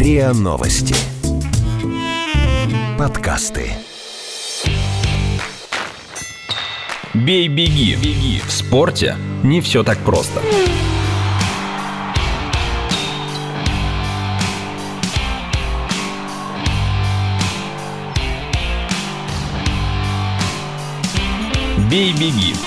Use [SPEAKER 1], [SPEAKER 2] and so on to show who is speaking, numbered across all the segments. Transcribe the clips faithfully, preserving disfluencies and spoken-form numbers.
[SPEAKER 1] РИА Новости. Подкасты.
[SPEAKER 2] Бей-беги. Беги. В спорте не все так просто. Бей-беги.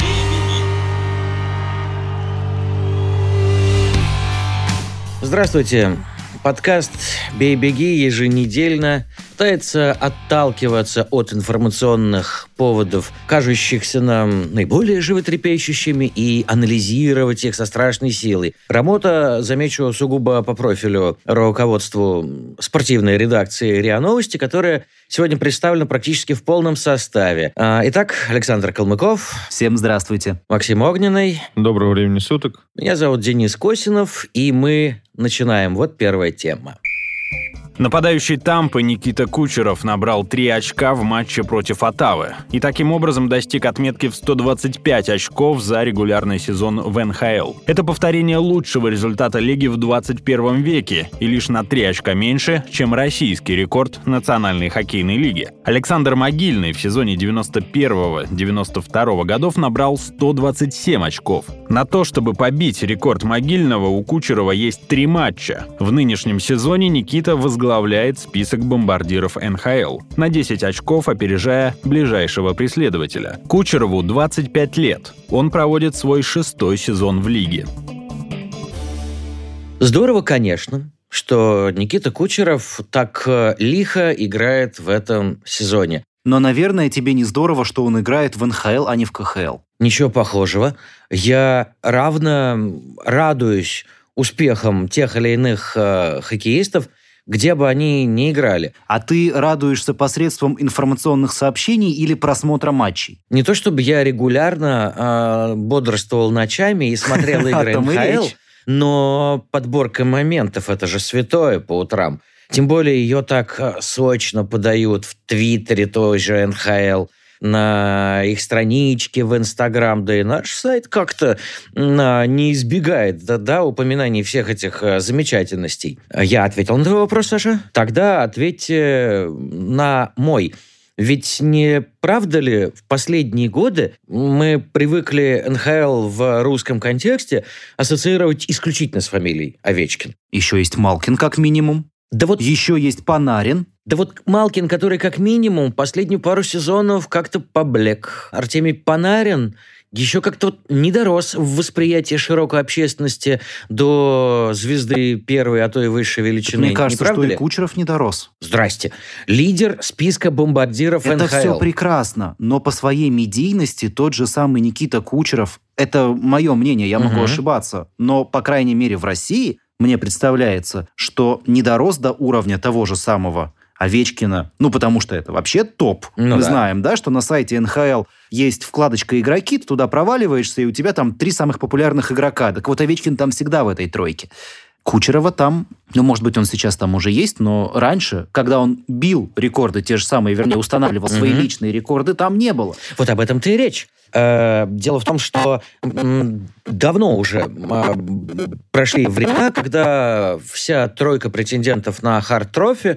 [SPEAKER 3] Здравствуйте. Подкаст «Бей-беги» еженедельно пытается отталкиваться от информационных поводов, кажущихся нам наиболее животрепещущими, и анализировать их со страшной силой. Работа, замечу, сугубо по профилю руководству спортивной редакции РИА Новости, которая сегодня представлена практически в полном составе. Итак, Александр Калмыков.
[SPEAKER 4] Всем здравствуйте.
[SPEAKER 3] Максим Огненный.
[SPEAKER 5] Доброго времени суток.
[SPEAKER 3] Меня зовут Денис Косинов, и мы начинаем. Вот первая тема.
[SPEAKER 2] Нападающий Тампы Никита Кучеров набрал три очка в матче против Оттавы и таким образом достиг отметки в сто двадцать пять очков за регулярный сезон в эн ха эл. Это повторение лучшего результата лиги в двадцать первом веке и лишь на три очка меньше, чем российский рекорд Национальной хоккейной лиги. Александр Могильный в сезоне девяносто первого девяносто второго годов набрал сто двадцать семь очков. На то, чтобы побить рекорд Могильного, у Кучерова есть три матча. В нынешнем сезоне Никита возглавляет список бомбардиров эн ха эл, на десять очков опережая ближайшего преследователя. Кучерову двадцать пять лет. Он проводит свой шестой сезон в лиге.
[SPEAKER 3] Здорово, конечно, что Никита Кучеров так лихо играет в этом сезоне.
[SPEAKER 4] Но, наверное, тебе не здорово, что он играет в эн ха эл, а не в ка ха эл.
[SPEAKER 3] Ничего похожего. Я равно радуюсь успехам тех или иных э, хоккеистов, где бы они ни играли.
[SPEAKER 4] А ты радуешься посредством информационных сообщений или просмотра матчей?
[SPEAKER 3] Не то чтобы я регулярно э, бодрствовал ночами и смотрел игры эн ха эл, но подборка моментов – это же святое по утрам. Тем более ее так сочно подают в Твиттере той же эн ха эл, на их страничке в Инстаграм, да и наш сайт как-то а, не избегает да, да, упоминаний всех этих а, замечательностей. Я ответил на твой вопрос, Саша? Тогда ответьте на мой. Ведь не правда ли в последние годы мы привыкли эн ха эл в русском контексте ассоциировать исключительно с фамилией Овечкин?
[SPEAKER 4] Еще есть Малкин, как минимум.
[SPEAKER 3] Да вот
[SPEAKER 4] еще есть Панарин.
[SPEAKER 3] Да вот Малкин, который как минимум последнюю пару сезонов как-то поблек. Артемий Панарин еще как-то вот не дорос в восприятии широкой общественности до звезды первой, а то и высшей величины.
[SPEAKER 4] Мне кажется, что
[SPEAKER 3] ли?
[SPEAKER 4] И Кучеров не дорос.
[SPEAKER 3] Здрасте. Лидер списка бомбардиров
[SPEAKER 4] это
[SPEAKER 3] эн ха эл.
[SPEAKER 4] Это все прекрасно, но по своей медийности тот же самый Никита Кучеров, это мое мнение, я могу угу. ошибаться, но, по крайней мере, в России мне представляется, что не дорос до уровня того же самого Овечкина, ну, потому что это вообще топ.
[SPEAKER 3] Ну,
[SPEAKER 4] Мы
[SPEAKER 3] да.
[SPEAKER 4] знаем, да, что на сайте эн ха эл есть вкладочка «Игроки», ты туда проваливаешься, и у тебя там три самых популярных игрока. Так вот, Овечкин там всегда в этой тройке. Кучерова там, ну, может быть, он сейчас там уже есть, но раньше, когда он бил рекорды те же самые, вернее, устанавливал свои mm-hmm. личные рекорды, там не было.
[SPEAKER 3] Вот об этом-то и речь. Дело в том, что давно уже прошли времена, когда вся тройка претендентов на Харт-трофи,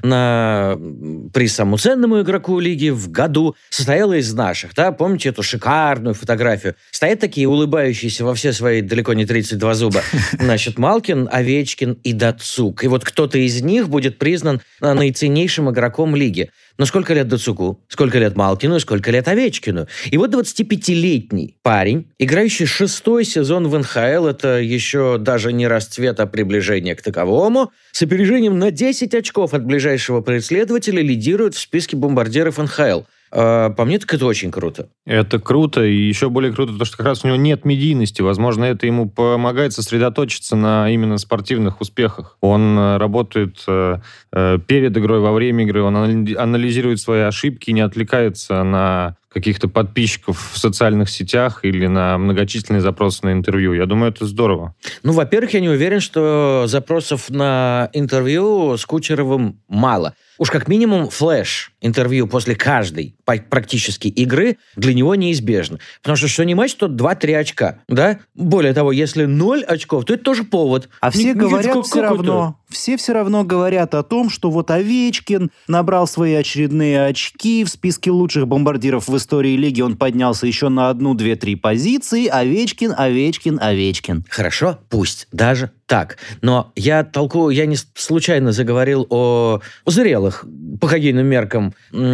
[SPEAKER 3] на приз самому ценному игроку лиги в году состояла из наших. Да? Помните эту шикарную фотографию? Стоят такие улыбающиеся во все свои далеко не тридцать два зуба. Значит, Малкин, Овечкин и Дацук. И вот кто-то из них будет признан наиценнейшим игроком лиги. Но сколько лет Дацуку, сколько лет Малкину и сколько лет Овечкину? И вот двадцатипятилетний парень, играющий шестой сезон в эн ха эл, это еще даже не расцвет, а приближение к таковому, с опережением на десять очков от ближайшего преследователя лидирует в списке бомбардиров эн ха эл. А, по мне, так это очень круто.
[SPEAKER 5] Это круто, и еще более круто, то, что как раз у него нет медийности. Возможно, это ему помогает сосредоточиться на именно спортивных успехах. Он работает э, перед игрой, во время игры, он анализирует свои ошибки, не отвлекается на каких-то подписчиков в социальных сетях или на многочисленные запросы на интервью. Я думаю, это здорово.
[SPEAKER 3] Ну, во-первых, я не уверен, что запросов на интервью с Кучеровым мало. Уж как минимум флеш-интервью после каждой практически игры для него неизбежно. Потому что что не матч, то два-три очка. Да? Более того, если ноль очков, то это тоже повод.
[SPEAKER 4] А все
[SPEAKER 3] не,
[SPEAKER 4] говорят
[SPEAKER 3] не,
[SPEAKER 4] все равно, все все равно говорят о том, что вот Овечкин набрал свои очередные очки, в списке лучших бомбардиров в истории лиги он поднялся еще на одну, две, три позиции. Овечкин, Овечкин, Овечкин.
[SPEAKER 3] Хорошо, пусть даже так. Но я толкую, я не случайно заговорил о зрелых по хоккейным меркам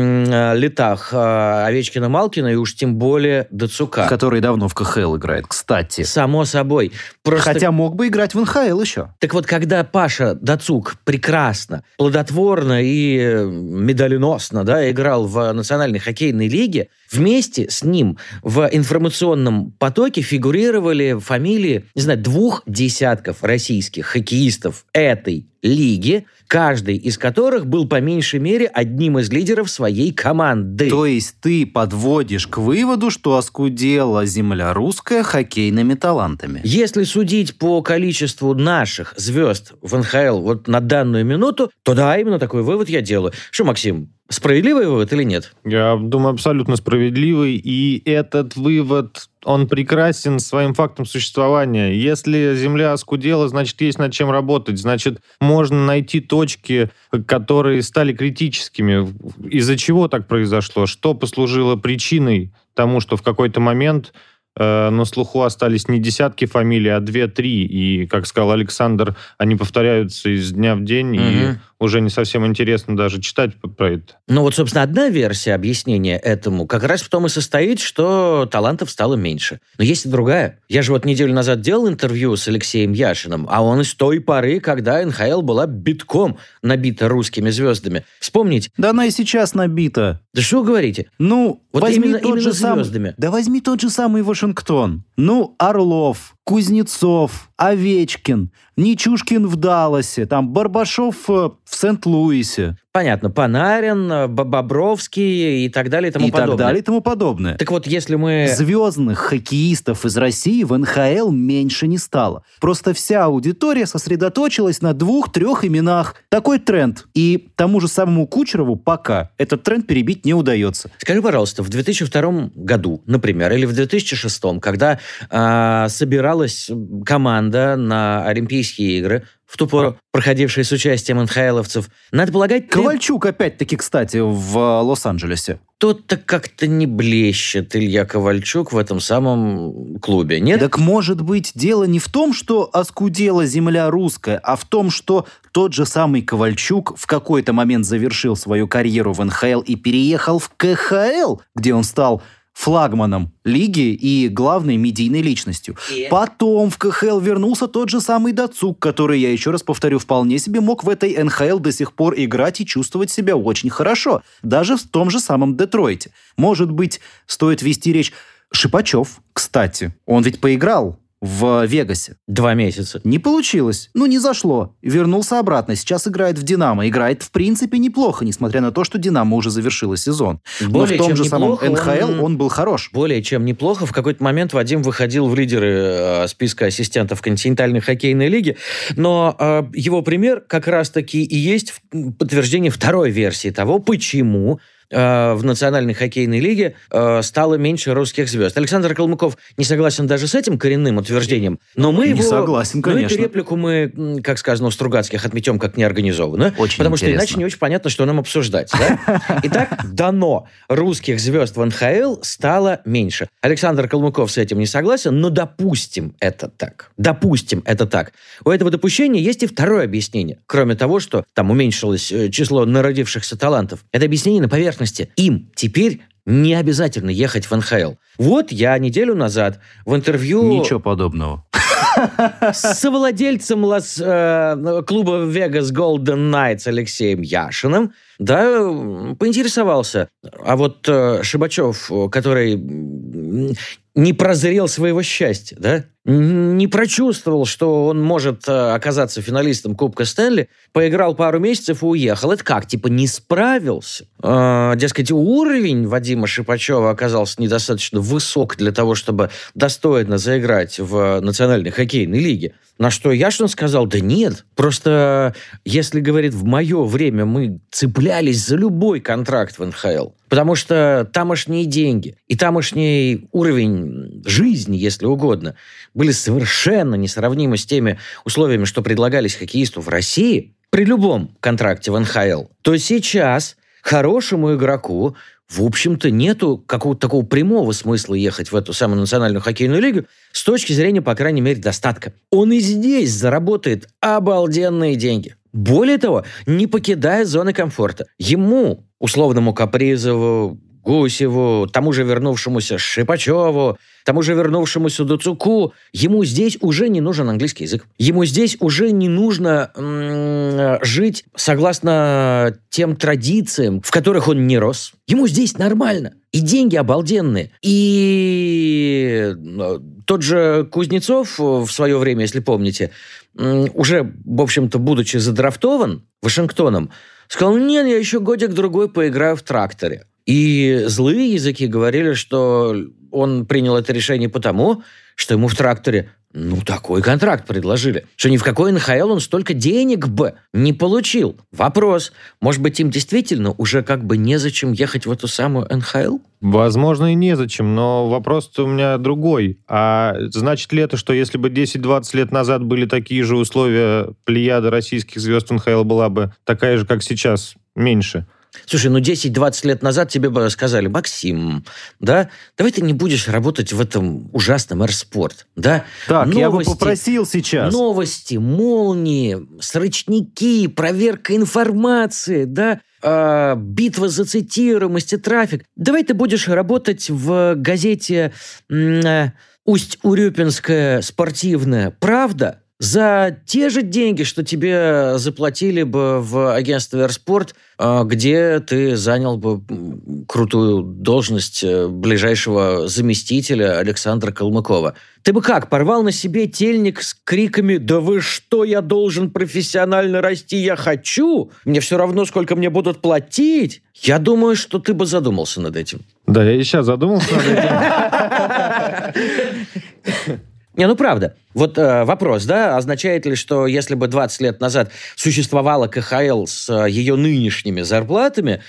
[SPEAKER 3] м- летах Овечкина, Малкина и уж тем более Дацука.
[SPEAKER 4] Который давно в ка ха эл играет, кстати.
[SPEAKER 3] Само собой. Просто...
[SPEAKER 4] Хотя мог бы играть в эн ха эл еще.
[SPEAKER 3] Так вот, когда Паша Дацук прекрасно, плодотворно и медаленосно, да, играл в Национальной хоккейной лиге, вместе с ним в информационном потоке фигурировали фамилии, не знаю, двух десятков российских хоккеистов этой лиги, каждый из которых был по меньшей мере одним из лидеров своей команды.
[SPEAKER 4] То есть ты подводишь к выводу, что оскудела земля русская хоккейными талантами.
[SPEAKER 3] Если судить по количеству наших звезд в эн ха эл вот на данную минуту, то да, именно такой вывод я делаю. Что, Максим, справедливый вывод или нет?
[SPEAKER 5] Я думаю, абсолютно справедливый. И этот вывод, он прекрасен своим фактом существования. Если земля оскудела, значит, есть над чем работать. Значит, можно найти точки, которые стали критическими. Из-за чего так произошло? Что послужило причиной тому, что в какой-то момент э, на слуху остались не десятки фамилий, а две-три. И, как сказал Александр, они повторяются из дня в день, угу. и уже не совсем интересно даже читать про это.
[SPEAKER 3] Ну вот, собственно, одна версия объяснения этому как раз в том и состоит, что талантов стало меньше. Но есть и другая. Я же вот неделю назад делал интервью с Алексеем Яшиным, а он из той поры, когда эн ха эл была битком набита русскими звездами. Вспомнить...
[SPEAKER 4] Да она и сейчас набита.
[SPEAKER 3] Да что вы говорите?
[SPEAKER 4] Ну,
[SPEAKER 3] вот
[SPEAKER 4] возьми
[SPEAKER 3] именно,
[SPEAKER 4] тот
[SPEAKER 3] именно
[SPEAKER 4] же самый...
[SPEAKER 3] звездами.
[SPEAKER 4] Да возьми тот же самый Вашингтон. Ну, Орлов, Кузнецов, Овечкин, Нечушкин в Далласе, там Барбашов в Сент-Луисе.
[SPEAKER 3] Понятно. Панарин, Бобровский и так далее и тому
[SPEAKER 4] и
[SPEAKER 3] подобное.
[SPEAKER 4] И так далее и тому подобное.
[SPEAKER 3] Так вот, если мы...
[SPEAKER 4] Звездных хоккеистов из России в эн ха эл меньше не стало. Просто вся аудитория сосредоточилась на двух-трех именах. Такой тренд. И тому же самому Кучерову пока этот тренд перебить не удается.
[SPEAKER 3] Скажи, пожалуйста, в две тысячи втором году, например, или в две тысячи шестом, когда э, собиралась команда на Олимпийские игры, в ту пору проходившие с участием эн ха эловцев, надо полагать...
[SPEAKER 4] Ковальчук, ты... опять-таки, кстати, в Лос-Анджелесе.
[SPEAKER 3] Тот-то как-то не блещет Илья Ковальчук в этом самом клубе, нет?
[SPEAKER 4] Так, может быть, дело не в том, что оскудела земля русская, а в том, что тот же самый Ковальчук в какой-то момент завершил свою карьеру в эн ха эл и переехал в ка ха эл, где он стал флагманом лиги и главной медийной личностью. И... Потом в ка ха эл вернулся тот же самый Дацук, который, я еще раз повторю, вполне себе мог в этой эн ха эл до сих пор играть и чувствовать себя очень хорошо. Даже в том же самом Детройте. Может быть, стоит вести речь... Шипачев, кстати, он ведь поиграл в Вегасе.
[SPEAKER 3] Два месяца.
[SPEAKER 4] Не получилось. Ну, не зашло. Вернулся обратно. Сейчас играет в «Динамо». Играет, в принципе, неплохо, несмотря на то, что «Динамо» уже завершила сезон.
[SPEAKER 3] Более
[SPEAKER 4] Но в том
[SPEAKER 3] чем
[SPEAKER 4] же самом
[SPEAKER 3] неплохо,
[SPEAKER 4] эн ха эл
[SPEAKER 3] он...
[SPEAKER 4] он был хорош.
[SPEAKER 3] Более чем неплохо. В какой-то момент Вадим выходил в лидеры э, списка ассистентов континентальной хоккейной лиги. Но э, его пример как раз-таки и есть подтверждение второй версии того, почему в Национальной хоккейной лиге э, стало меньше русских звезд. Александр Калмыков не согласен даже с этим коренным утверждением, но мы
[SPEAKER 4] не
[SPEAKER 3] его...
[SPEAKER 4] согласен, конечно.
[SPEAKER 3] Но эту реплику мы, как сказано у Стругацких, отметем как неорганизованно,
[SPEAKER 4] очень
[SPEAKER 3] потому
[SPEAKER 4] интересно.
[SPEAKER 3] Что иначе не очень понятно, что нам обсуждать. Да? Итак, дано. Русских звезд в эн ха эл стало меньше. Александр Калмыков с этим не согласен, но допустим это так. Допустим это так. У этого допущения есть и второе объяснение. Кроме того, что там уменьшилось число народившихся талантов. Это объяснение на поверхности. Им теперь не обязательно ехать в эн ха эл. Вот я неделю назад в интервью...
[SPEAKER 4] Ничего подобного.
[SPEAKER 3] С совладельцем Лас, э, клуба Vegas Golden Knights Алексеем Яшиным, да, поинтересовался. А вот э, Шибачев, который не прозрел своего счастья, да, не прочувствовал, что он может э, оказаться финалистом Кубка Стэнли, поиграл пару месяцев и уехал. Это как? Типа не справился? Э, дескать, уровень Вадима Шипачева оказался недостаточно высок для того, чтобы достойно заиграть в Национальной хоккейной лиге. На что Яшин сказал, да нет, просто, если, говорит, в мое время мы цеплялись за любой контракт в эн ха эл, потому что тамошние деньги и тамошний уровень жизни, если угодно, были совершенно несравнимы с теми условиями, что предлагались хоккеисту в России при любом контракте в эн ха эл, то сейчас хорошему игроку, в общем-то, нету какого-то такого прямого смысла ехать в эту самую национальную хоккейную лигу с точки зрения, по крайней мере, достатка. Он и здесь заработает обалденные деньги. Более того, не покидая зоны комфорта. Ему, условному Капризову, Гусеву, тому же вернувшемуся Шипачеву, тому же вернувшемуся Дуцуку, ему здесь уже не нужен английский язык. Ему здесь уже не нужно м- жить согласно тем традициям, в которых он не рос. Ему здесь нормально. И деньги обалденные. И тот же Кузнецов в свое время, если помните, уже, в общем-то, будучи задрафтован Вашингтоном, сказал, нет, я еще годик-другой поиграю в тракторе. И злые языки говорили, что он принял это решение потому, что ему в тракторе, ну, такой контракт предложили, что ни в какой эн ха эл он столько денег бы не получил. Вопрос, может быть, им действительно уже как бы незачем ехать в эту самую эн ха эл?
[SPEAKER 5] Возможно, и незачем, но вопрос у меня другой. А значит ли это, что если бы десять-двадцать лет назад были такие же условия, плеяда российских звезд эн ха эл была бы такая же, как сейчас, меньше?
[SPEAKER 3] Слушай, ну десять-двадцать лет назад тебе бы сказали, Максим, да, давай ты не будешь работать в этом ужасном Эр-спорт, да?
[SPEAKER 4] Так,
[SPEAKER 3] новости,
[SPEAKER 4] я бы попросил сейчас.
[SPEAKER 3] Новости, молнии, срочники, проверка информации, да, э, битва за цитируемость и трафик. Давай ты будешь работать в газете э, «Усть-Урюпинская спортивная правда», за те же деньги, что тебе заплатили бы в агентстве «Эрспорт», где ты занял бы крутую должность ближайшего заместителя Александра Калмыкова. Ты бы как, порвал на себе тельник с криками «Да вы что, я должен профессионально расти, я хочу! Мне все равно, сколько мне будут платить!» Я думаю, что ты бы задумался над этим.
[SPEAKER 5] Да, я и сейчас задумался над этим.
[SPEAKER 3] Не, ну правда. Вот э, вопрос, да, означает ли, что если бы двадцать лет назад существовала ка ха эл с э, ее нынешними зарплатами,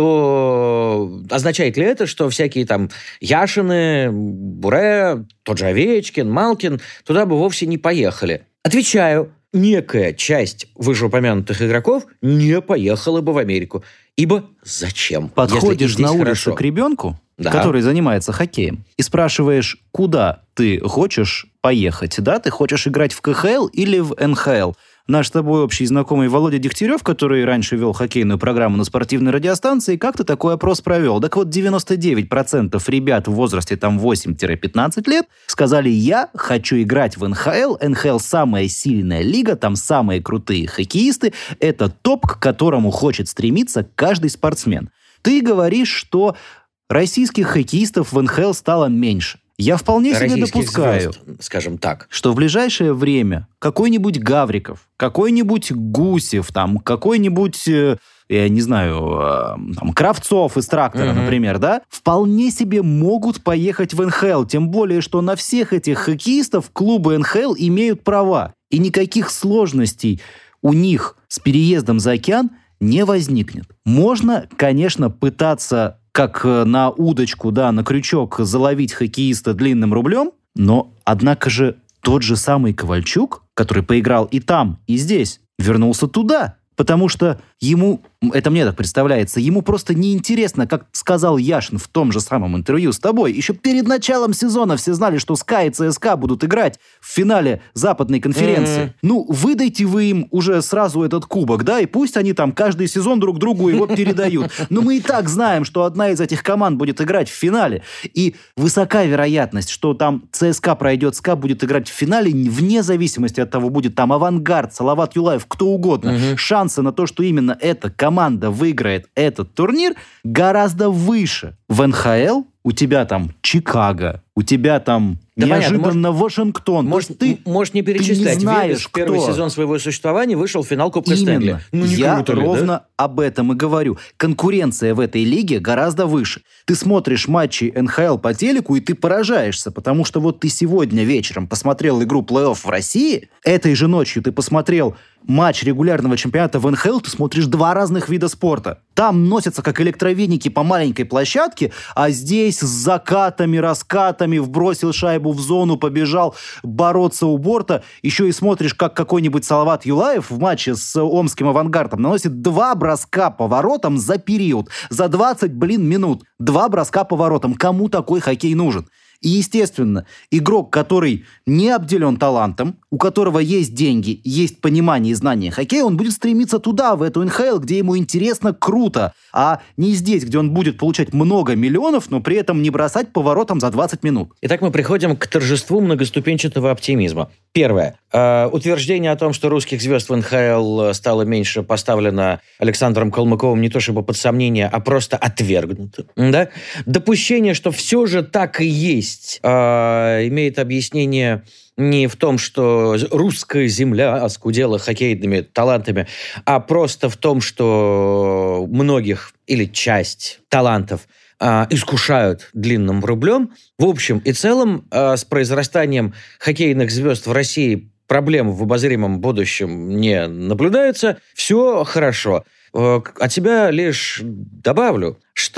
[SPEAKER 3] то означает ли это, что всякие там Яшины, Буре, тот же Овечкин, Малкин туда бы вовсе не поехали? Отвечаю, некая часть вышеупомянутых игроков не поехала бы в Америку. Ибо зачем?
[SPEAKER 4] Подходишь на улице
[SPEAKER 3] хорошо.
[SPEAKER 4] к ребенку,
[SPEAKER 3] Да.
[SPEAKER 4] который занимается хоккеем, и спрашиваешь, куда ты хочешь поехать, да? Ты хочешь играть в ка ха эл или в эн ха эл? Наш с тобой общий знакомый Володя Дегтярев, который раньше вел хоккейную программу на спортивной радиостанции, как-то такой опрос провел. Так вот, девяносто девять процентов ребят в возрасте там восемь-пятнадцать лет сказали, я хочу играть в эн ха эл. эн ха эл самая сильная лига, там самые крутые хоккеисты. Это топ, к которому хочет стремиться каждый спортсмен. Ты говоришь, что российских хоккеистов в эн ха эл стало меньше. Я вполне себе допускаю,
[SPEAKER 3] звезд, скажем так,
[SPEAKER 4] что в ближайшее время какой-нибудь Гавриков, какой-нибудь Гусев, там, какой-нибудь, э, я не знаю, э, там, Кравцов из «Трактора», mm-hmm. например, да, вполне себе могут поехать в эн ха эл. Тем более, что на всех этих хоккеистов клубы эн ха эл имеют права. И никаких сложностей у них с переездом за океан не возникнет. Можно, конечно, пытаться как на удочку, да, на крючок заловить хоккеиста длинным рублем, но, однако же, тот же самый Ковальчук, который поиграл и там, и здесь, вернулся туда, потому что ему, это мне так представляется, ему просто неинтересно, как сказал Яшин в том же самом интервью с тобой, еще перед началом сезона все знали, что СКА и ЦСКА будут играть в финале западной конференции. Mm-hmm. Ну, выдайте вы им уже сразу этот кубок, да, и пусть они там каждый сезон друг другу его передают. Но мы и так знаем, что одна из этих команд будет играть в финале, и высока вероятность, что там ЦСКА пройдет, СКА будет играть в финале, вне зависимости от того, будет там Авангард, Салават Юлаев, кто угодно. Mm-hmm. Шансы на то, что именно эта команда выиграет этот турнир, гораздо выше. В эн ха эл у тебя там Чикаго, у тебя там
[SPEAKER 3] да
[SPEAKER 4] неожиданно
[SPEAKER 3] понятно, может,
[SPEAKER 4] Вашингтон.
[SPEAKER 3] Может,
[SPEAKER 4] ты,
[SPEAKER 3] можешь не перечислять.
[SPEAKER 4] Ты не знаешь,
[SPEAKER 3] Вегас в первый
[SPEAKER 4] кто.
[SPEAKER 3] сезон своего существования вышел в финал Кубка
[SPEAKER 4] Именно.
[SPEAKER 3] Стэнли. Ну, не
[SPEAKER 4] Я
[SPEAKER 3] круто ли,
[SPEAKER 4] ровно
[SPEAKER 3] да?
[SPEAKER 4] об этом и говорю. Конкуренция в этой лиге гораздо выше. Ты смотришь матчи эн ха эл по телеку, и ты поражаешься, потому что вот ты сегодня вечером посмотрел игру плей-офф в России, этой же ночью ты посмотрел матч регулярного чемпионата в эн ха эл, ты смотришь два разных вида спорта. Там носятся как электровеники по маленькой площадке, а здесь с закатами, раскатами, вбросил шайбу в зону, побежал бороться у борта. Еще и смотришь, как какой-нибудь Салават Юлаев в матче с Омским «Авангардом» наносит два броска по воротам за период. За двадцать, блин, минут. Два броска по воротам. Кому такой хоккей нужен? И, естественно, игрок, который не обделен талантом, у которого есть деньги, есть понимание и знание хоккея, он будет стремиться туда, в эту эн ха эл, где ему интересно, круто, а не здесь, где он будет получать много миллионов, но при этом не бросать поворотом за двадцать минут.
[SPEAKER 3] Итак, мы приходим к торжеству многоступенчатого оптимизма. Первое. Э, утверждение о том, что русских звезд в эн ха эл стало меньше, поставлено Александром Калмыковым не то чтобы под сомнение, а просто отвергнуто. Да? Допущение, что все же так и есть, Э, имеет объяснение не в том, что русская земля оскудела хоккейными талантами, а просто в том, что многих или часть талантов э, искушают длинным рублем. В общем и целом, э, с произрастанием хоккейных звезд в России проблем в обозримом будущем не наблюдается. Все хорошо. От себя лишь добавлю,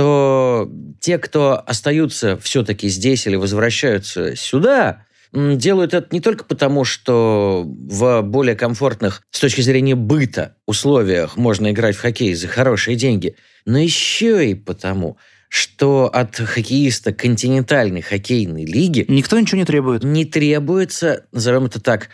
[SPEAKER 3] что те, кто остаются все-таки здесь или возвращаются сюда, делают это не только потому, что в более комфортных с точки зрения быта условиях можно играть в хоккей за хорошие деньги, но еще и потому, что от хоккеиста континентальной хоккейной лиги
[SPEAKER 4] никто ничего не требует.
[SPEAKER 3] Не требуется, назовем это так,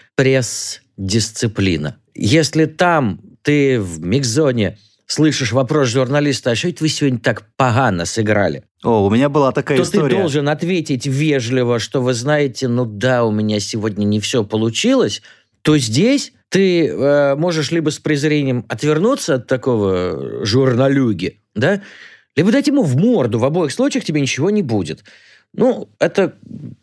[SPEAKER 3] пресс-дисциплина. Если там ты в микс-зоне слышишь вопрос журналиста, а что это вы сегодня так погано сыграли?
[SPEAKER 4] О, у меня была такая
[SPEAKER 3] то
[SPEAKER 4] история.
[SPEAKER 3] То ты должен ответить вежливо, что вы знаете, ну да, у меня сегодня не все получилось, то здесь ты э, можешь либо с презрением отвернуться от такого журналюги, да, либо дать ему в морду. В обоих случаях тебе ничего не будет. Ну, это,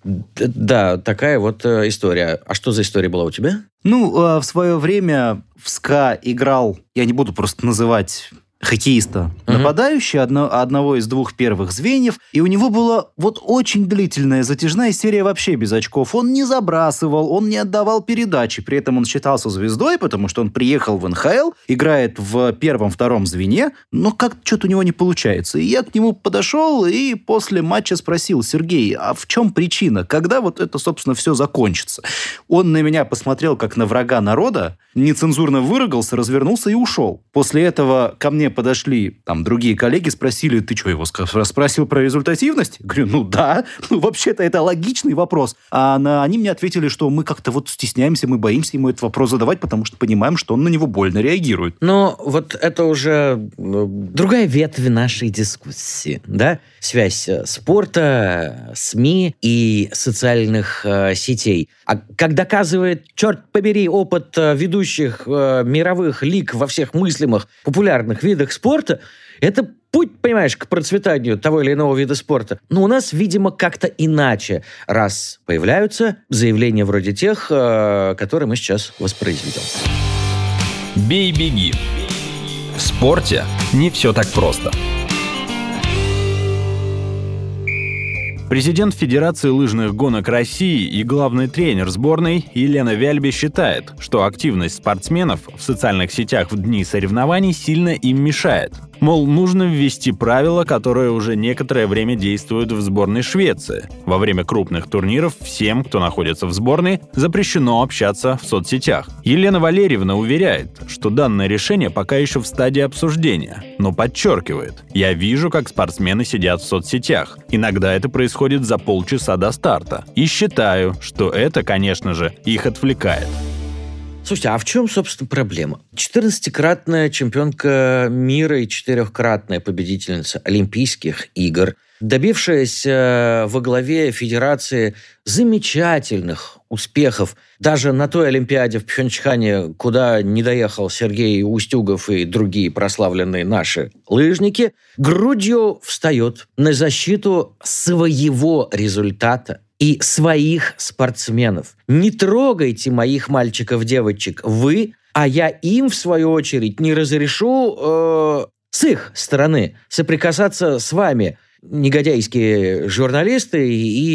[SPEAKER 3] да, такая вот история. А что за история была у тебя?
[SPEAKER 4] Ну, в свое время в СКА играл, я не буду просто называть хоккеиста, uh-huh. нападающий, одно, одного из двух первых звеньев, и у него была вот очень длительная затяжная серия вообще без очков. Он не забрасывал, он не отдавал передачи, при этом он считался звездой, потому что он приехал в эн ха эл, играет в первом-втором звене, но как что-то у него не получается. И я к нему подошел и после матча спросил: Сергей, а в чем причина? Когда вот это, собственно, все закончится? Он на меня посмотрел как на врага народа, нецензурно выругался, развернулся и ушел. После этого ко мне подошли там другие коллеги, спросили: ты что, его спросил про результативность? Говорю, ну да, ну вообще-то это логичный вопрос. А на, они мне ответили, что мы как-то вот стесняемся, мы боимся ему этот вопрос задавать, потому что понимаем, что он на него больно реагирует.
[SPEAKER 3] Но вот это уже другая ветвь нашей дискуссии, да? Связь спорта, СМИ и социальных э, сетей. А как доказывает, черт побери, опыт ведущих э, мировых лиг во всех мыслимых популярных видах спорта, это путь, понимаешь, к процветанию того или иного вида спорта. Но у нас, видимо, как-то иначе, раз появляются заявления вроде тех, э, которые мы сейчас воспроизведем.
[SPEAKER 2] Бей-беги. В спорте не все так просто. Президент Федерации лыжных гонок России и главный тренер сборной Елена Вяльбе считает, что активность спортсменов в социальных сетях в дни соревнований сильно им мешает. Мол, нужно ввести правила, которые уже некоторое время действуют в сборной Швеции. Во время крупных турниров всем, кто находится в сборной, запрещено общаться в соцсетях. Елена Валерьевна уверяет, что данное решение пока еще в стадии обсуждения, но подчеркивает: «Я вижу, как спортсмены сидят в соцсетях. Иногда это происходит за полчаса до старта. И считаю, что это, конечно же, их отвлекает».
[SPEAKER 3] Слушайте, а в чем, собственно, проблема? четырнадцатикратная чемпионка мира и четырехкратная победительница Олимпийских игр, добившаяся во главе Федерации замечательных успехов даже на той Олимпиаде в Пхенчхане, куда не доехал Сергей Устюгов и другие прославленные наши лыжники, грудью встает на защиту своего результата и своих спортсменов. Не трогайте моих мальчиков-девочек вы, а я им, в свою очередь, не разрешу э, с их стороны соприкасаться с вами, негодяйские журналисты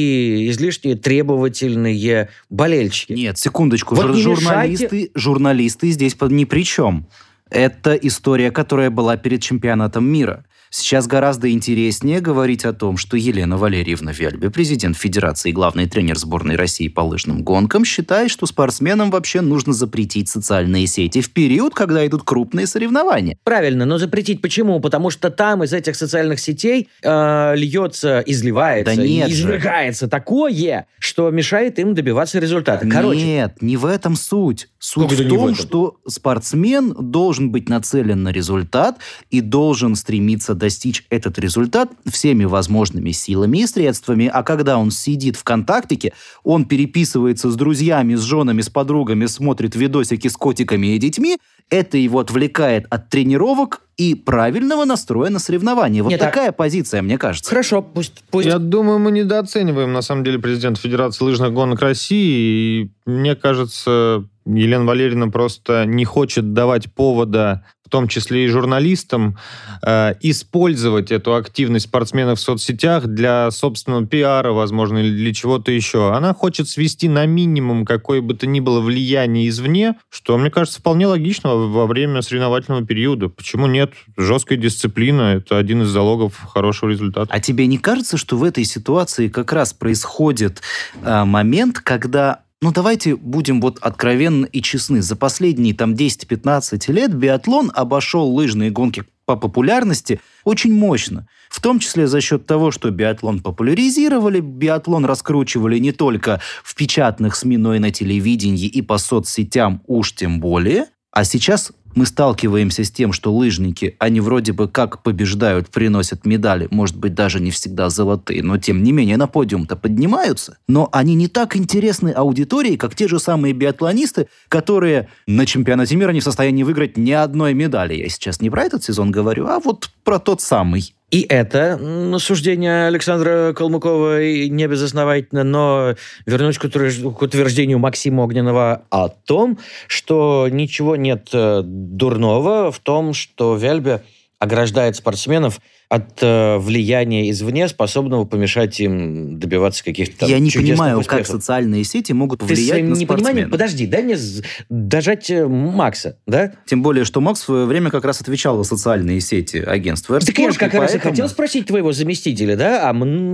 [SPEAKER 3] и излишне требовательные болельщики.
[SPEAKER 4] Нет, секундочку.
[SPEAKER 3] Вот
[SPEAKER 4] Жур-
[SPEAKER 3] не
[SPEAKER 4] журналисты,
[SPEAKER 3] мешайте.
[SPEAKER 4] журналисты здесь под- ни при чем. Это история, которая была перед чемпионатом мира. Сейчас гораздо интереснее говорить о том, что Елена Валерьевна Вяльбе, президент Федерации и главный тренер сборной России по лыжным гонкам, считает, что спортсменам вообще нужно запретить социальные сети в период, когда идут крупные соревнования.
[SPEAKER 3] Правильно, но запретить почему? Потому что там из этих социальных сетей э, льется, изливается,
[SPEAKER 4] Да нет же.
[SPEAKER 3] извергается такое, что мешает им добиваться результата. Короче,
[SPEAKER 4] Нет, не в этом суть. Суть
[SPEAKER 3] Как это
[SPEAKER 4] в
[SPEAKER 3] не в
[SPEAKER 4] том,
[SPEAKER 3] этом?
[SPEAKER 4] что спортсмен должен быть нацелен на результат и должен стремиться достичь этот результат всеми возможными силами и средствами. А когда он сидит ВКонтактике, он переписывается с друзьями, с женами, с подругами, смотрит видосики с котиками и детьми, это его отвлекает от тренировок и правильного настроя на соревнования. Вот
[SPEAKER 3] Нет,
[SPEAKER 4] такая позиция, мне кажется.
[SPEAKER 3] хорошо, пусть... пусть...
[SPEAKER 5] Я думаю, мы недооцениваем, на самом деле, президента Федерации лыжных гонок России. И мне кажется, Елена Валерьевна просто не хочет давать повода, в том числе и журналистам, э, использовать эту активность спортсменов в соцсетях для собственного пиара, возможно, или для чего-то еще. Она хочет свести на минимум какое бы то ни было влияние извне, что, мне кажется, вполне логично во, во время соревновательного периода. Почему нет? Жесткая дисциплина – это один из залогов хорошего результата.
[SPEAKER 4] А тебе не кажется, что в этой ситуации как раз происходит э, момент, когда, ну давайте будем вот откровенны и честны, за последние там десять-пятнадцать лет биатлон обошел лыжные гонки по популярности очень мощно. В том числе за счет того, что биатлон популяризировали, биатлон раскручивали не только в печатных СМИ, но и на телевидении и по соцсетям уж тем более. А сейчас мы сталкиваемся с тем, что лыжники, они вроде бы как побеждают, приносят медали, может быть, даже не всегда золотые, но тем не менее на подиум-то поднимаются. Но они не так интересны аудитории, как те же самые биатлонисты, которые на чемпионате мира не в состоянии выиграть ни одной медали. Я сейчас не про этот сезон говорю, а вот про тот самый.
[SPEAKER 3] И это м, суждение Александра Калмыкова и не безосновательно, но вернусь к утвержд- к утверждению Максима Огненного о том, что ничего нет э, дурного в том, что Вяльбе ограждает спортсменов от э, влияния извне, способного помешать им добиваться каких-то там
[SPEAKER 4] Я не
[SPEAKER 3] чудесных
[SPEAKER 4] понимаю,
[SPEAKER 3] успехов.
[SPEAKER 4] как социальные сети могут
[SPEAKER 3] Ты
[SPEAKER 4] повлиять
[SPEAKER 3] своим
[SPEAKER 4] на
[SPEAKER 3] непониманием...
[SPEAKER 4] спортсмена.
[SPEAKER 3] Подожди, дай мне з- дожать э, Макса, да?
[SPEAKER 4] Тем более, что Макс в свое время как раз отвечал за социальные сети агентства
[SPEAKER 3] Так я же как
[SPEAKER 4] и
[SPEAKER 3] раз и
[SPEAKER 4] поэтому-
[SPEAKER 3] хотел спросить твоего заместителя, да? А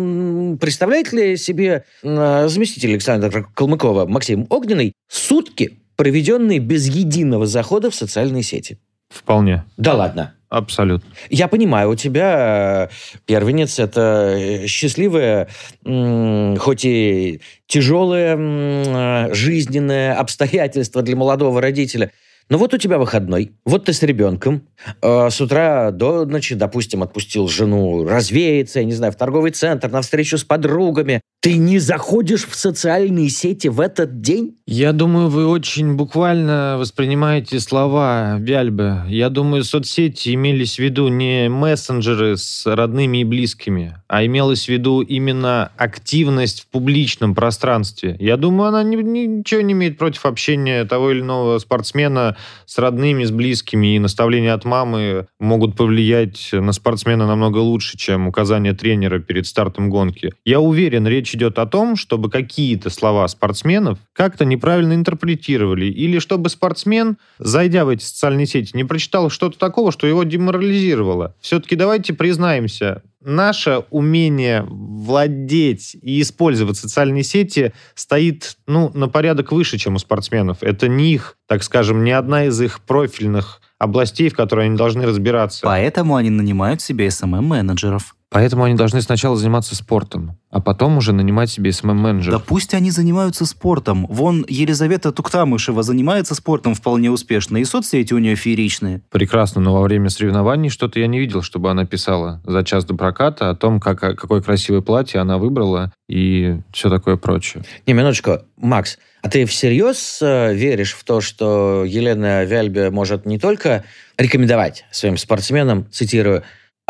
[SPEAKER 3] м, представляет ли себе э, заместитель Александра Калмыкова Максим Огненный сутки, проведенные без единого захода в социальные сети?
[SPEAKER 5] Вполне.
[SPEAKER 3] Да ладно.
[SPEAKER 5] Абсолютно.
[SPEAKER 3] Я понимаю, у тебя э, первенец – это э, счастливое, м, хоть и тяжелое м, э, жизненное обстоятельство для молодого родителя. Но вот у тебя выходной, вот ты с ребенком, э, с утра до ночи, допустим, отпустил жену развеяться, я не знаю, в торговый центр, на встречу с подругами. Ты не заходишь в социальные сети в этот день?
[SPEAKER 5] Я думаю, вы очень буквально воспринимаете слова Вяльбе. Я думаю, соцсети имелись в виду не мессенджеры с родными и близкими, а имелось в виду именно активность в публичном пространстве. Я думаю, она ни- ничего не имеет против общения того или иного спортсмена с родными, с близкими, и наставления от мамы могут повлиять на спортсмена намного лучше, чем указания тренера перед стартом гонки. Я уверен, речь идет о том, чтобы какие-то слова спортсменов как-то неправильно интерпретировали, или чтобы спортсмен, зайдя в эти социальные сети, не прочитал что-то такого, что его деморализировало. Все-таки давайте признаемся, наше умение владеть и использовать социальные сети стоит, ну, на порядок выше, чем у спортсменов. Это не их, так скажем, не одна из их профильных областей, в которой они должны разбираться.
[SPEAKER 4] Поэтому они нанимают себе эс эм эм-менеджеров.
[SPEAKER 5] Поэтому они должны сначала заниматься спортом, а потом уже нанимать себе эс эм эм-менеджера.
[SPEAKER 4] Да пусть они занимаются спортом. Вон Елизавета Туктамышева занимается спортом вполне успешно, и соцсети у нее фееричные.
[SPEAKER 5] Прекрасно, но во время соревнований что-то я не видел, чтобы она писала за час до проката о том, как, какое красивое платье она выбрала и все такое прочее.
[SPEAKER 3] Не, минуточку. Макс, а ты всерьез э, веришь в то, что Елена Вяльбе может не только рекомендовать своим спортсменам, цитирую,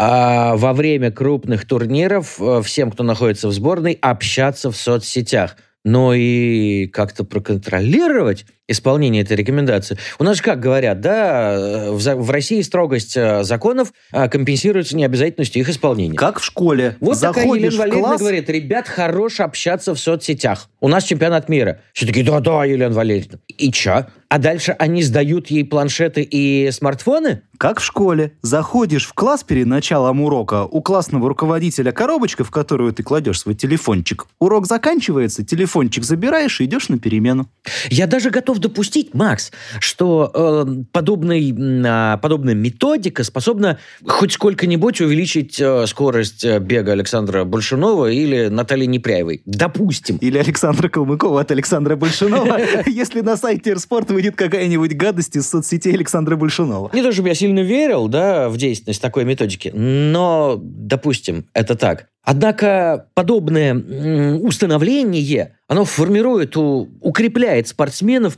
[SPEAKER 3] а во время крупных турниров всем, кто находится в сборной, общаться в соцсетях, но и как-то проконтролировать исполнение этой рекомендации? У нас же как говорят, да, в, в России строгость законов компенсируется необязательностью их исполнения.
[SPEAKER 4] Как в школе.
[SPEAKER 3] Вот
[SPEAKER 4] Заходишь
[SPEAKER 3] такая Елена
[SPEAKER 4] в
[SPEAKER 3] Валерьевна
[SPEAKER 4] класс...
[SPEAKER 3] говорит: ребят, хорош общаться в соцсетях. У нас чемпионат мира. Все такие: да-да, Елена Валерьевна. И чё? А дальше они сдают ей планшеты и смартфоны?
[SPEAKER 4] Как в школе. Заходишь в класс перед началом урока, у классного руководителя коробочка, в которую ты кладешь свой телефончик. Урок заканчивается, телефончик забираешь и идешь на перемену.
[SPEAKER 3] Я даже готов допустить, Макс, что э, подобный, э, подобная методика способна хоть сколько-нибудь увеличить э, скорость бега Александра Большунова или Натальи Непряевой. Допустим.
[SPEAKER 4] Или Александра Калмыкова от Александра Большунова, если на сайте Эрспорт выйдет какая-нибудь гадость из соцсетей Александра Большунова.
[SPEAKER 3] Не то чтобы я сильно верил, да, в действенность такой методики, но, допустим, это так. Однако подобное установление, оно формирует, укрепляет спортсменов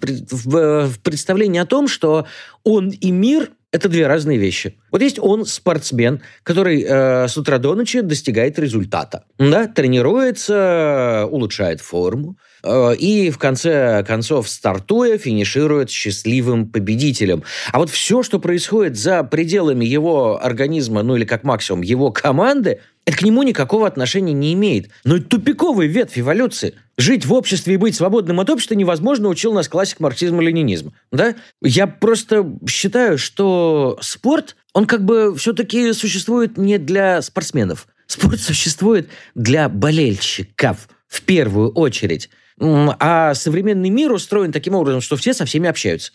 [SPEAKER 3] в представлении о том, что он и мир – это две разные вещи. Вот есть он спортсмен, который э, с утра до ночи достигает результата, да, тренируется, улучшает форму, э, и в конце концов, стартуя, финиширует счастливым победителем. А вот все, что происходит за пределами его организма, ну или как максимум его команды, это к нему никакого отношения не имеет. Но это тупиковый ветвь эволюции. Жить в обществе и быть свободным от общества невозможно, учил нас классик марксизма-ленинизма. Да? Я просто считаю, что спорт, он как бы все-таки существует не для спортсменов. Спорт существует для болельщиков в первую очередь. А современный мир устроен таким образом, что все со всеми общаются.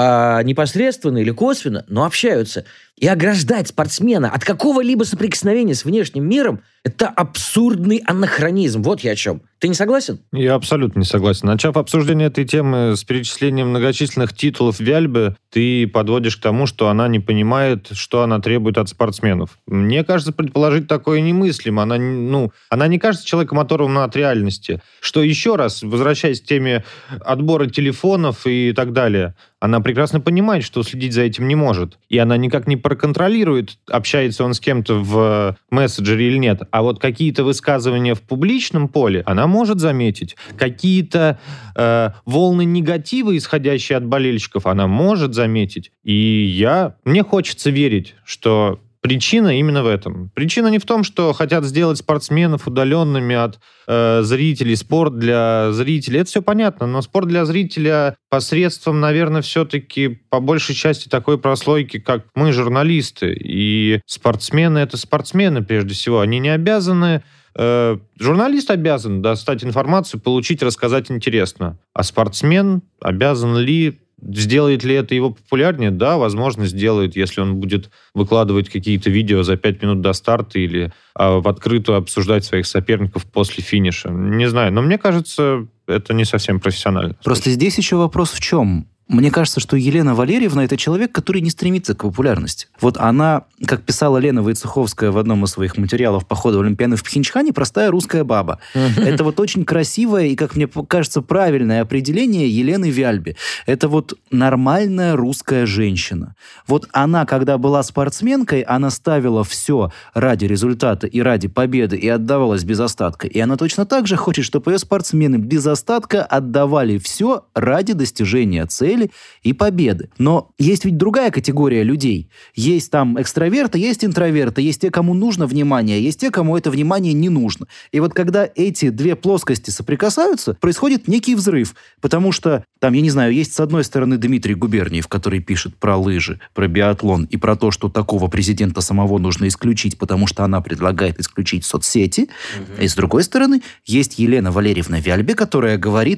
[SPEAKER 3] А непосредственно или косвенно, но общаются. И ограждать спортсмена от какого-либо соприкосновения с внешним миром – это абсурдный анахронизм. Вот я о чем. Ты не согласен?
[SPEAKER 5] Я абсолютно не согласен. Начав обсуждение этой темы с перечислением многочисленных титулов Вяльбе, ты подводишь к тому, что она не понимает, что она требует от спортсменов. Мне кажется, предположить такое немыслимо. Она, ну, она не кажется человеком, оторванным от реальности. Что еще раз, возвращаясь к теме отбора телефонов и так далее, она прекрасно понимает, что следить за этим не может. И она никак не проконтролирует, общается он с кем-то в мессенджере или нет. А вот какие-то высказывания в публичном поле она может заметить. Какие-то э, волны негатива, исходящие от болельщиков, она может заметить. И я... Мне хочется верить, что причина именно в этом. Причина не в том, что хотят сделать спортсменов удаленными от э, зрителей, спорт для зрителей. Это все понятно, но спорт для зрителя посредством, наверное, все-таки по большей части такой прослойки, как мы, журналисты. И спортсмены — это спортсмены прежде всего. Они не обязаны... Э, журналист обязан достать информацию, получить, рассказать интересно. А спортсмен обязан ли... Сделает ли это его популярнее? Да, возможно, сделает, если он будет выкладывать какие-то видео за пять минут до старта или а, в открытую обсуждать своих соперников после финиша. Не знаю, но мне кажется, это не совсем профессионально.
[SPEAKER 4] Просто здесь еще вопрос в чем? Мне кажется, что Елена Валерьевна – это человек, который не стремится к популярности. Вот она, как писала Лена Войцеховская в одном из своих материалов по ходу Олимпиады в Пхенчхане, простая русская баба. Это вот очень красивое и, как мне кажется, правильное определение Елены Вяльбе. Это вот нормальная русская женщина. Вот она, когда была спортсменкой, она ставила все ради результата и ради победы и отдавалась без остатка. И она точно так же хочет, чтобы ее спортсмены без остатка отдавали все ради достижения цели и победы. Но есть ведь другая категория людей. Есть там экстраверты, есть интроверты, есть те, кому нужно внимание, есть те, кому это внимание не нужно. И вот когда эти две плоскости соприкасаются, происходит некий взрыв. Потому что, там, я не знаю, есть с одной стороны Дмитрий Губерниев, который пишет про лыжи, про биатлон и про то, что такого президента самого нужно исключить, потому что она предлагает исключить соцсети. Угу. И с другой стороны, есть Елена Валерьевна Вяльбе, которая говорит: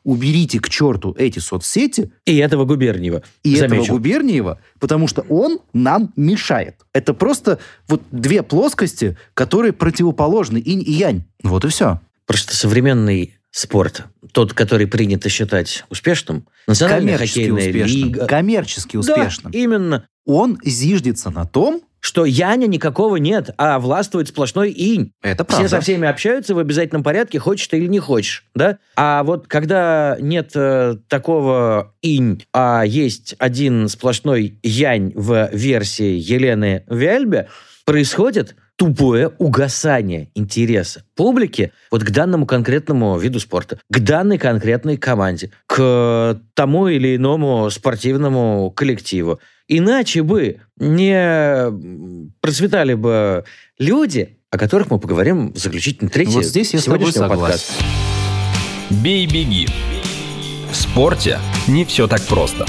[SPEAKER 4] уберите к черту эти соцсети.
[SPEAKER 3] И этого Губерниева.
[SPEAKER 4] И
[SPEAKER 3] замечу.
[SPEAKER 4] этого Губерниева, потому что он нам мешает. Это просто вот две плоскости, которые противоположны, инь и янь. Вот и все.
[SPEAKER 3] Просто современный спорт, тот, который принято считать успешным, национальная хоккейная
[SPEAKER 4] успешным.
[SPEAKER 3] лига.
[SPEAKER 4] Коммерчески успешным.
[SPEAKER 3] Да, именно.
[SPEAKER 4] Он зиждется на том,
[SPEAKER 3] что яня никакого нет, а властвует сплошной инь.
[SPEAKER 4] Это правда.
[SPEAKER 3] Все со всеми общаются в обязательном порядке, хочешь ты или не хочешь, да? А вот когда нет э, такого инь, а есть один сплошной янь в версии Елены Вяльбе, происходит тупое угасание интереса публики вот к данному конкретному виду спорта, к данной конкретной команде, к тому или иному спортивному коллективу. Иначе бы не процветали бы люди, о которых мы поговорим в заключительной трети
[SPEAKER 4] вот здесь я
[SPEAKER 3] сегодняшнего
[SPEAKER 4] с тобой
[SPEAKER 3] подкаста.
[SPEAKER 2] Бей-беги. В спорте не все так просто.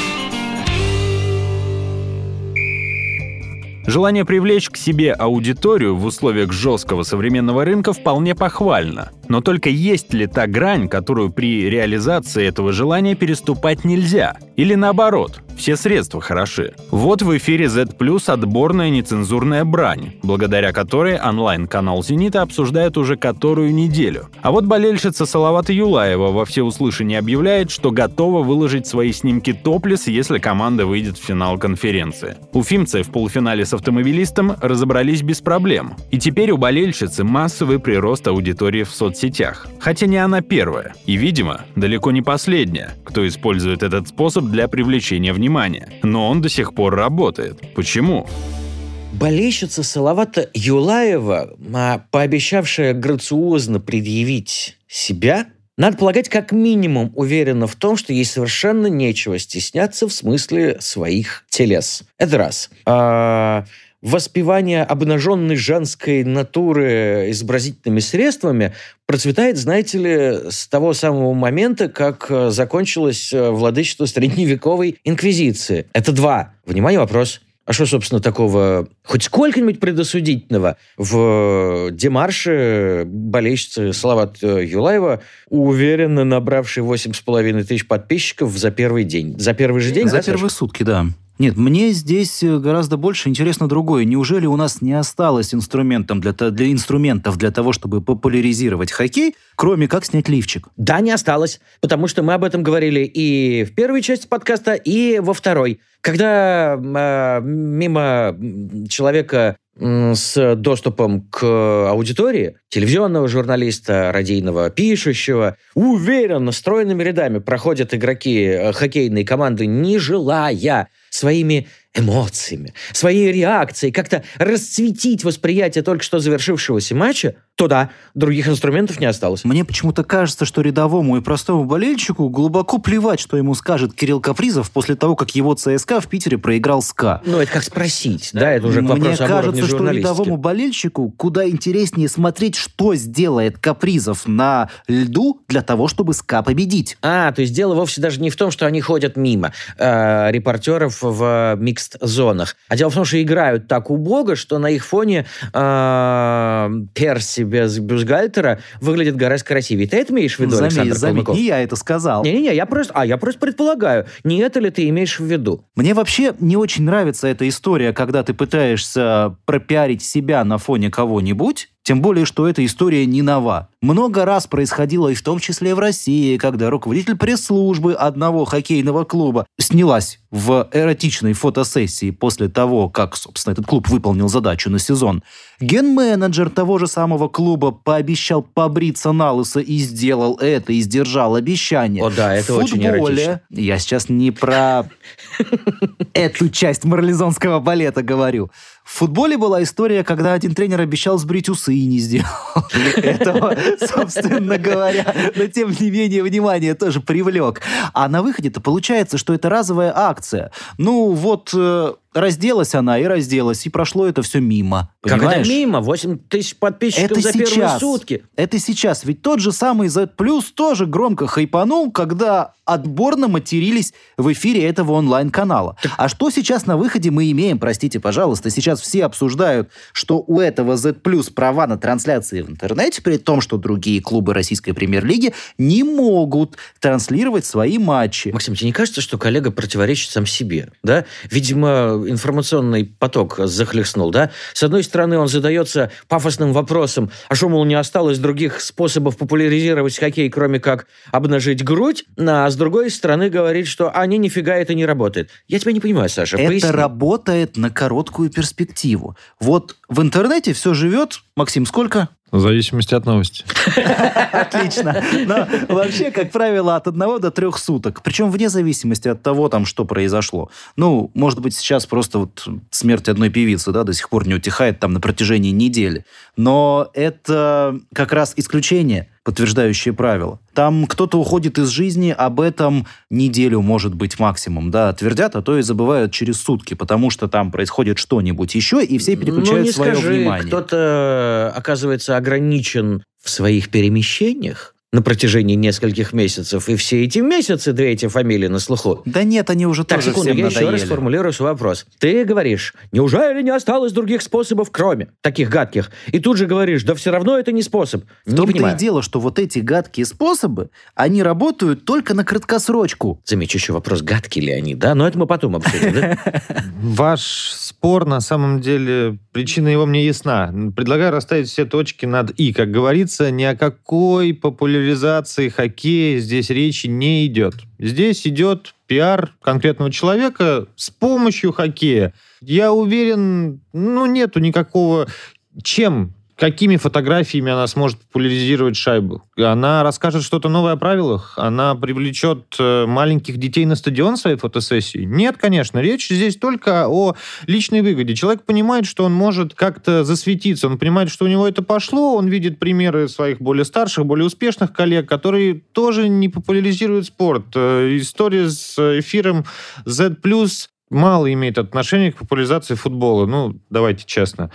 [SPEAKER 2] Желание привлечь к себе аудиторию в условиях жесткого современного рынка вполне похвально. Но только есть ли та грань, которую при реализации этого желания переступать нельзя? Или наоборот, все средства хороши? Вот в эфире зет плюс отборная нецензурная брань, благодаря которой онлайн-канал «Зенита» обсуждает уже которую неделю. А вот болельщица Салавата Юлаева во всеуслышание объявляет, что готова выложить свои снимки топлес, если команда выйдет в финал конференции. Уфимцы в полуфинале с автомобилистом разобрались без проблем. И теперь у болельщицы массовый прирост аудитории в соцсетях. Хотя не она первая. И, видимо, далеко не последняя, кто использует этот способ для привлечения внимания. Но он до сих пор работает. Почему?
[SPEAKER 3] Болельщица Салавата Юлаева, пообещавшая грациозно предъявить себя, надо полагать, как минимум уверена в том, что ей совершенно нечего стесняться в смысле своих телес. Это раз. А воспевание обнаженной женской натуры изобразительными средствами процветает, знаете ли, с того самого момента, как закончилось владычество средневековой инквизиции. Это два. Внимание, вопрос. А что, собственно, такого хоть сколько-нибудь предосудительного в демарше болельщицы Салавата Юлаева, уверенно набравшей восемь с половиной тысяч подписчиков за первый день? За первый же день?
[SPEAKER 4] За
[SPEAKER 3] да,
[SPEAKER 4] первые
[SPEAKER 3] Саша?
[SPEAKER 4] сутки, да. Нет, мне здесь гораздо больше интересно другое. Неужели у нас не осталось инструментом для, для инструментов для того, чтобы популяризировать хоккей, кроме как снять лифчик?
[SPEAKER 3] Да, не осталось, потому что мы об этом говорили и в первой части подкаста, и во второй. Когда э, мимо человека с доступом к аудитории, телевизионного журналиста, радийного пишущего, уверенно, стройными рядами проходят игроки хоккейной команды, не желая своими эмоциями, своей реакцией как-то расцветить восприятие только что завершившегося матча, то да, других инструментов не осталось.
[SPEAKER 4] Мне почему-то кажется, что рядовому и простому болельщику глубоко плевать, что ему скажет Кирилл Капризов после того, как его ЦСКА в Питере проиграл СКА.
[SPEAKER 3] Ну, это как спросить, да, это уже к
[SPEAKER 4] Мне
[SPEAKER 3] вопросу об уровне
[SPEAKER 4] кажется, что
[SPEAKER 3] журналистики.
[SPEAKER 4] рядовому болельщику куда интереснее смотреть, что сделает Капризов на льду для того, чтобы СКА победить.
[SPEAKER 3] А, то есть дело вовсе даже не в том, что они ходят мимо э, репортеров в микст-зонах, а дело в том, что играют так убого, что на их фоне э, Перси без бюстгальтера выглядит гораздо красивее. Ты это имеешь в виду,
[SPEAKER 4] Заметь,
[SPEAKER 3] Александр
[SPEAKER 4] заметь,
[SPEAKER 3] Калмыков?
[SPEAKER 4] не я это сказал.
[SPEAKER 3] Не-не-не, я просто, а, я просто предполагаю, не это ли ты имеешь в виду?
[SPEAKER 4] Мне вообще не очень нравится эта история, когда ты пытаешься пропиарить себя на фоне кого-нибудь, тем более, что эта история не нова. Много раз происходило, и в том числе в России, когда руководитель пресс-службы одного хоккейного клуба снялась в эротичной фотосессии после того, как, собственно, этот клуб выполнил задачу на сезон. Ген-менеджер того же самого клуба пообещал побриться налысо и сделал это, и сдержал обещание.
[SPEAKER 3] О да, это
[SPEAKER 4] в
[SPEAKER 3] очень
[SPEAKER 4] футболе,
[SPEAKER 3] эротично.
[SPEAKER 4] я сейчас не про эту часть марлезонского балета говорю. В футболе была история, когда один тренер обещал сбрить усы и не сделал этого, собственно говоря. Но, тем не менее, внимание тоже привлек. А на выходе-то получается, что это разовая акция. Ну, вот... разделась она и разделась, и прошло это все мимо.
[SPEAKER 3] Как
[SPEAKER 4] Понимаешь?
[SPEAKER 3] это мимо? восемь тысяч подписчиков
[SPEAKER 4] Это
[SPEAKER 3] за
[SPEAKER 4] сейчас.
[SPEAKER 3] первые сутки.
[SPEAKER 4] Это сейчас. Ведь тот же самый зет плюс тоже громко хайпанул, когда отборно матерились в эфире этого онлайн-канала. А что сейчас на выходе мы имеем? Простите, пожалуйста. Сейчас все обсуждают, что у этого зет плюс права на трансляции в интернете, при том, что другие клубы российской премьер-лиги не могут транслировать свои матчи.
[SPEAKER 3] Максим, тебе не кажется, что коллега противоречит сам себе? Да? Видимо, информационный поток захлестнул. Да? С одной стороны, он задается пафосным вопросом, а что, мол, не осталось других способов популяризировать хоккей, кроме как обнажить грудь, а с другой стороны говорит, что а, не, нифига это не работает. Я тебя не понимаю, Саша,
[SPEAKER 4] Это
[SPEAKER 3] поясни.
[SPEAKER 4] работает на короткую перспективу. Вот в интернете все живет, Максим, сколько?
[SPEAKER 5] В зависимости от новости.
[SPEAKER 4] Отлично. Но вообще, как правило, от одного до трех суток. Причем вне зависимости от того, там, что произошло. Ну, может быть, сейчас просто вот смерть одной певицы, да, до сих пор не утихает там на протяжении недели. Но это как раз исключение, подтверждающее правило. Там кто-то уходит из жизни, об этом неделю, может быть, максимум, да, твердят, а то и забывают через сутки, потому что там происходит что-нибудь еще, и все переключают
[SPEAKER 3] ну, не
[SPEAKER 4] свое
[SPEAKER 3] скажи,
[SPEAKER 4] внимание.
[SPEAKER 3] Кто-то, оказывается, ограничен в своих перемещениях на протяжении нескольких месяцев, и все эти месяцы две эти фамилии на слуху.
[SPEAKER 4] Да нет, они уже
[SPEAKER 3] Так,
[SPEAKER 4] тоже
[SPEAKER 3] секунду,
[SPEAKER 4] всем
[SPEAKER 3] я еще
[SPEAKER 4] надоели.
[SPEAKER 3] раз формулирую свой вопрос. Ты говоришь, неужели не осталось других способов, кроме таких гадких? И тут же говоришь, да все равно это не способ.
[SPEAKER 4] В
[SPEAKER 3] Не
[SPEAKER 4] том-то
[SPEAKER 3] понимаю.
[SPEAKER 4] и дело, что вот эти гадкие способы, они работают только на краткосрочку.
[SPEAKER 3] Замечу еще вопрос, гадкие ли они, да? Но это мы потом обсудим, да?
[SPEAKER 5] Ваш спор, на самом деле, причина его мне ясна. Предлагаю расставить все точки над «и». Как говорится, ни о какой популяризации хоккея здесь речи не идет. Здесь идет пиар конкретного человека с помощью хоккея. Я уверен, ну, нету никакого... Чем... Какими фотографиями она сможет популяризировать шайбу? Она расскажет что-то новое о правилах? Она привлечет маленьких детей на стадион своей фотосессии? Нет, конечно. Речь здесь только о личной выгоде. Человек понимает, что он может как-то засветиться, он понимает, что у него это пошло, он видит примеры своих более старших, более успешных коллег, которые тоже не популяризируют спорт. История с эфиром зет плюс мало имеет отношения к популяризации футбола, ну, давайте честно.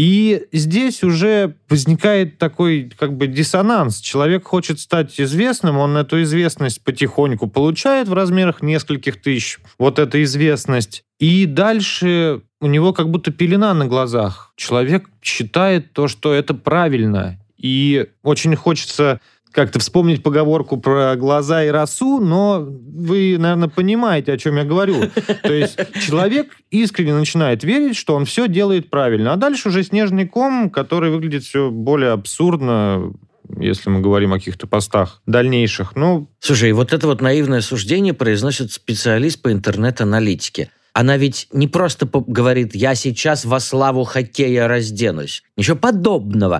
[SPEAKER 5] И здесь уже возникает такой, как бы, диссонанс. Человек хочет стать известным, он эту известность потихоньку получает в размерах нескольких тысяч. Вот эта известность. И дальше у него как будто пелена на глазах. Человек считает то, что это правильно. И очень хочется как-то вспомнить поговорку про глаза и росу, но вы, наверное, понимаете, о чем я говорю. То есть человек искренне начинает верить, что он все делает правильно. А дальше уже снежный ком, который выглядит все более абсурдно, если мы говорим о каких-то постах дальнейших. Ну,
[SPEAKER 3] Слушай, вот это вот наивное суждение произносит специалист по интернет-аналитике. Она ведь не просто говорит, я сейчас во славу хоккея разденусь. Ничего подобного.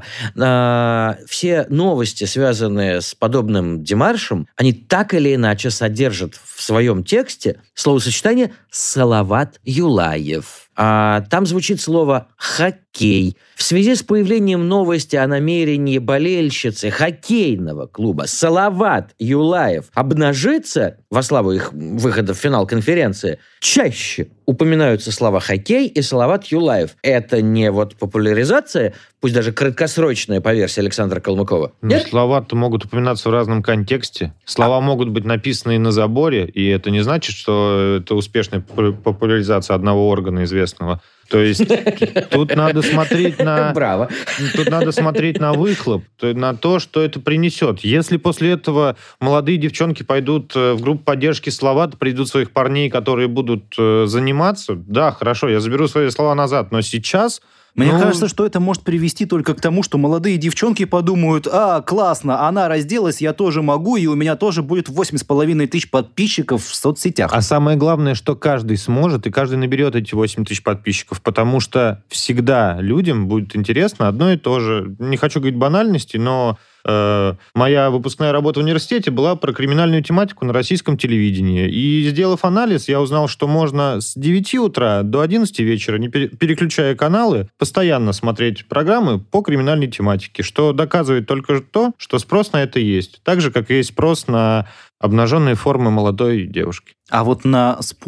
[SPEAKER 3] А, все новости, связанные с подобным демаршем, они так или иначе содержат в своем тексте словосочетание «Салават Юлаев». А там звучит слово «хоккей». В связи с появлением новости о намерении болельщицы хоккейного клуба Салават Юлаев обнажиться во славу их выхода в финал конференции, чаще упоминаются слова «хоккей» и Салават Юлаев. Это не вот популяризация, пусть даже краткосрочная по версии Александра Калмыкова?
[SPEAKER 5] ну,
[SPEAKER 3] Нет?
[SPEAKER 5] слова-то могут упоминаться в разном контексте. Слова могут быть написаны и на заборе, и это не значит, что это успешная популяризация одного органа известного. То есть тут надо смотреть на...
[SPEAKER 3] Браво.
[SPEAKER 5] Тут надо смотреть на выхлоп, на то, что это принесет. Если после этого молодые девчонки пойдут в группу поддержки Салавата, придут своих парней, которые будут заниматься, да, хорошо, я заберу свои слова назад, но сейчас...
[SPEAKER 4] Мне
[SPEAKER 5] ну...
[SPEAKER 4] кажется, что это может привести только к тому, что молодые девчонки подумают, а, классно, она разделась, я тоже могу, и у меня тоже будет восемь с половиной тысяч подписчиков в соцсетях.
[SPEAKER 5] А самое главное, что каждый сможет, и каждый наберет эти восемь тысяч подписчиков, потому что всегда людям будет интересно одно и то же. Не хочу говорить банальности, но э, моя выпускная работа в университете была про криминальную тематику на российском телевидении. И, сделав анализ, я узнал, что можно с девяти утра до одиннадцати вечера, не переключая каналы, постоянно смотреть программы по криминальной тематике, что доказывает только то, что спрос на это есть. Так же, как и есть спрос на обнаженные формы молодой девушки.
[SPEAKER 4] А вот на спорт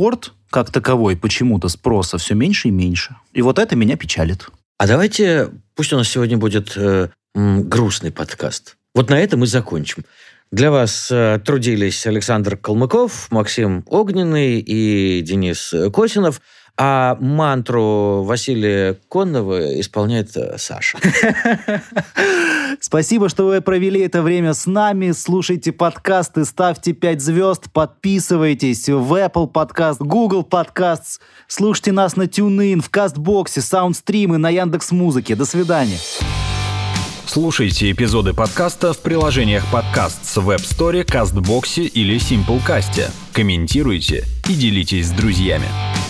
[SPEAKER 4] как таковой почему-то спроса все меньше и меньше. И вот это меня печалит.
[SPEAKER 3] А давайте, пусть у нас сегодня будет э, м, грустный подкаст. Вот на этом мы закончим. Для вас э, трудились Александр Калмыков, Максим Огненный и Денис Косинов. А мантру Василия Конного исполняет э, Саша.
[SPEAKER 4] Спасибо, что вы провели это время с нами. Слушайте подкасты, ставьте пять звезд, подписывайтесь в Apple Podcast, Google Podcasts. Слушайте нас на TuneIn, в Кастбоксе, Саундстрим и на Яндекс.Музыке. До свидания.
[SPEAKER 2] Слушайте эпизоды подкаста в приложениях подкаст в App Store, Кастбоксе или Simplecast. Комментируйте и делитесь с друзьями.